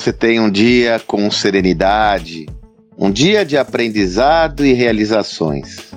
você tenha um dia com serenidade, um dia de aprendizado e realizações.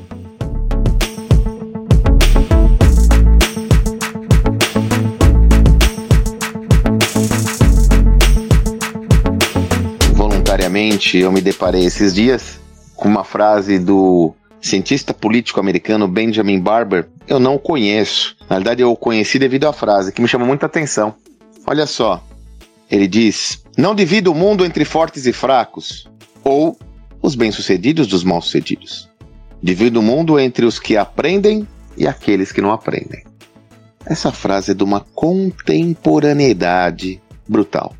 Voluntariamente, eu me deparei esses dias com uma frase do cientista político americano Benjamin Barber. Eu não o conheço. Na verdade, eu o conheci devido à frase, que me chamou muita atenção. Olha só. Ele diz: não divida o mundo entre fortes e fracos, ou os bem-sucedidos dos mal-sucedidos. Divida o mundo entre os que aprendem e aqueles que não aprendem. Essa frase é de uma contemporaneidade brutal.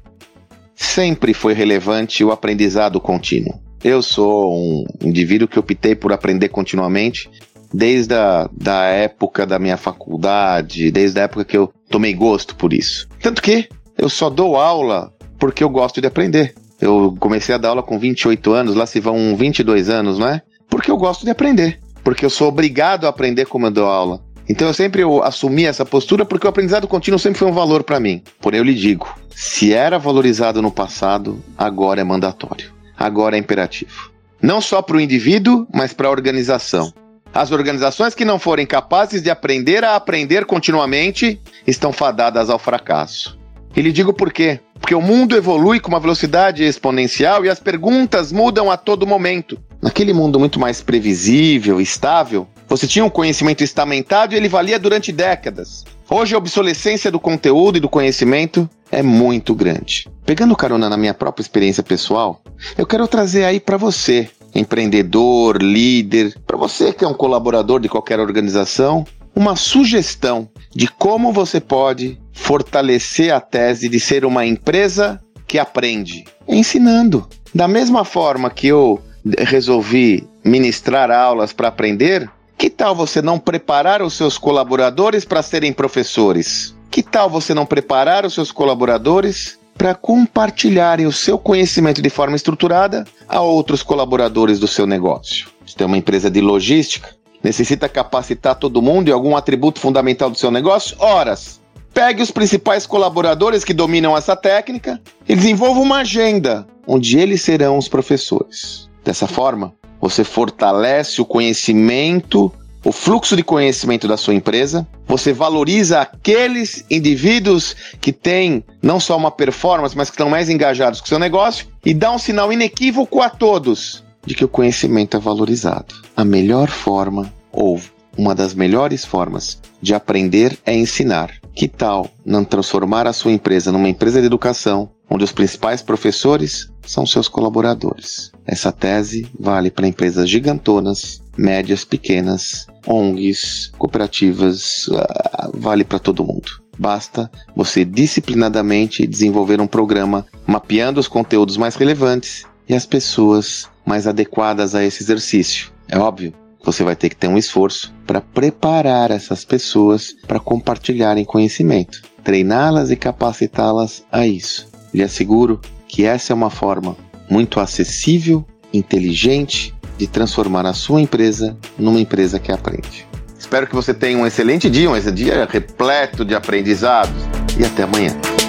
Sempre foi relevante o aprendizado contínuo. Eu sou um indivíduo que optei por aprender continuamente desde a época da minha faculdade, desde a época que eu tomei gosto por isso. Tanto que eu só dou aula porque eu gosto de aprender. Eu comecei a dar aula com 28 anos, lá se vão 22 anos, não é? Porque eu gosto de aprender. Porque eu sou obrigado a aprender como eu dou aula. Então eu sempre assumi essa postura porque o aprendizado contínuo sempre foi um valor para mim. Porém eu lhe digo, se era valorizado no passado, agora é mandatório. Agora é imperativo. Não só para o indivíduo, mas para a organização. As organizações que não forem capazes de aprender a aprender continuamente estão fadadas ao fracasso. E lhe digo por quê. Porque o mundo evolui com uma velocidade exponencial e as perguntas mudam a todo momento. Naquele mundo muito mais previsível, estável, você tinha um conhecimento estamentado e ele valia durante décadas. Hoje a obsolescência do conteúdo e do conhecimento é muito grande. Pegando carona na minha própria experiência pessoal, eu quero trazer aí para você, empreendedor, líder, para você que é um colaborador de qualquer organização, uma sugestão de como você pode fortalecer a tese de ser uma empresa que aprende, ensinando. Da mesma forma que eu resolvi ministrar aulas para aprender, que tal você não preparar os seus colaboradores para serem professores? Que tal você não preparar os seus colaboradores para compartilharem o seu conhecimento de forma estruturada a outros colaboradores do seu negócio? Você tem uma empresa de logística, necessita capacitar todo mundo em algum atributo fundamental do seu negócio? Horas! Pegue os principais colaboradores que dominam essa técnica e desenvolva uma agenda onde eles serão os professores. Dessa forma, você fortalece o conhecimento, o fluxo de conhecimento da sua empresa, você valoriza aqueles indivíduos que têm não só uma performance, mas que estão mais engajados com o seu negócio e dá um sinal inequívoco a todos de que o conhecimento é valorizado. A melhor forma, ou uma das melhores formas de aprender é ensinar. Que tal não transformar a sua empresa numa empresa de educação, onde os principais professores são seus colaboradores? Essa tese vale para empresas gigantonas, médias, pequenas, ONGs, cooperativas, vale para todo mundo. Basta você disciplinadamente desenvolver um programa mapeando os conteúdos mais relevantes e as pessoas mais adequadas a esse exercício. É óbvio, você vai ter que ter um esforço para preparar essas pessoas para compartilharem conhecimento, treiná-las e capacitá-las a isso. Lhe asseguro que essa é uma forma muito acessível, inteligente, de transformar a sua empresa numa empresa que aprende. Espero que você tenha um excelente dia repleto de aprendizados e até amanhã.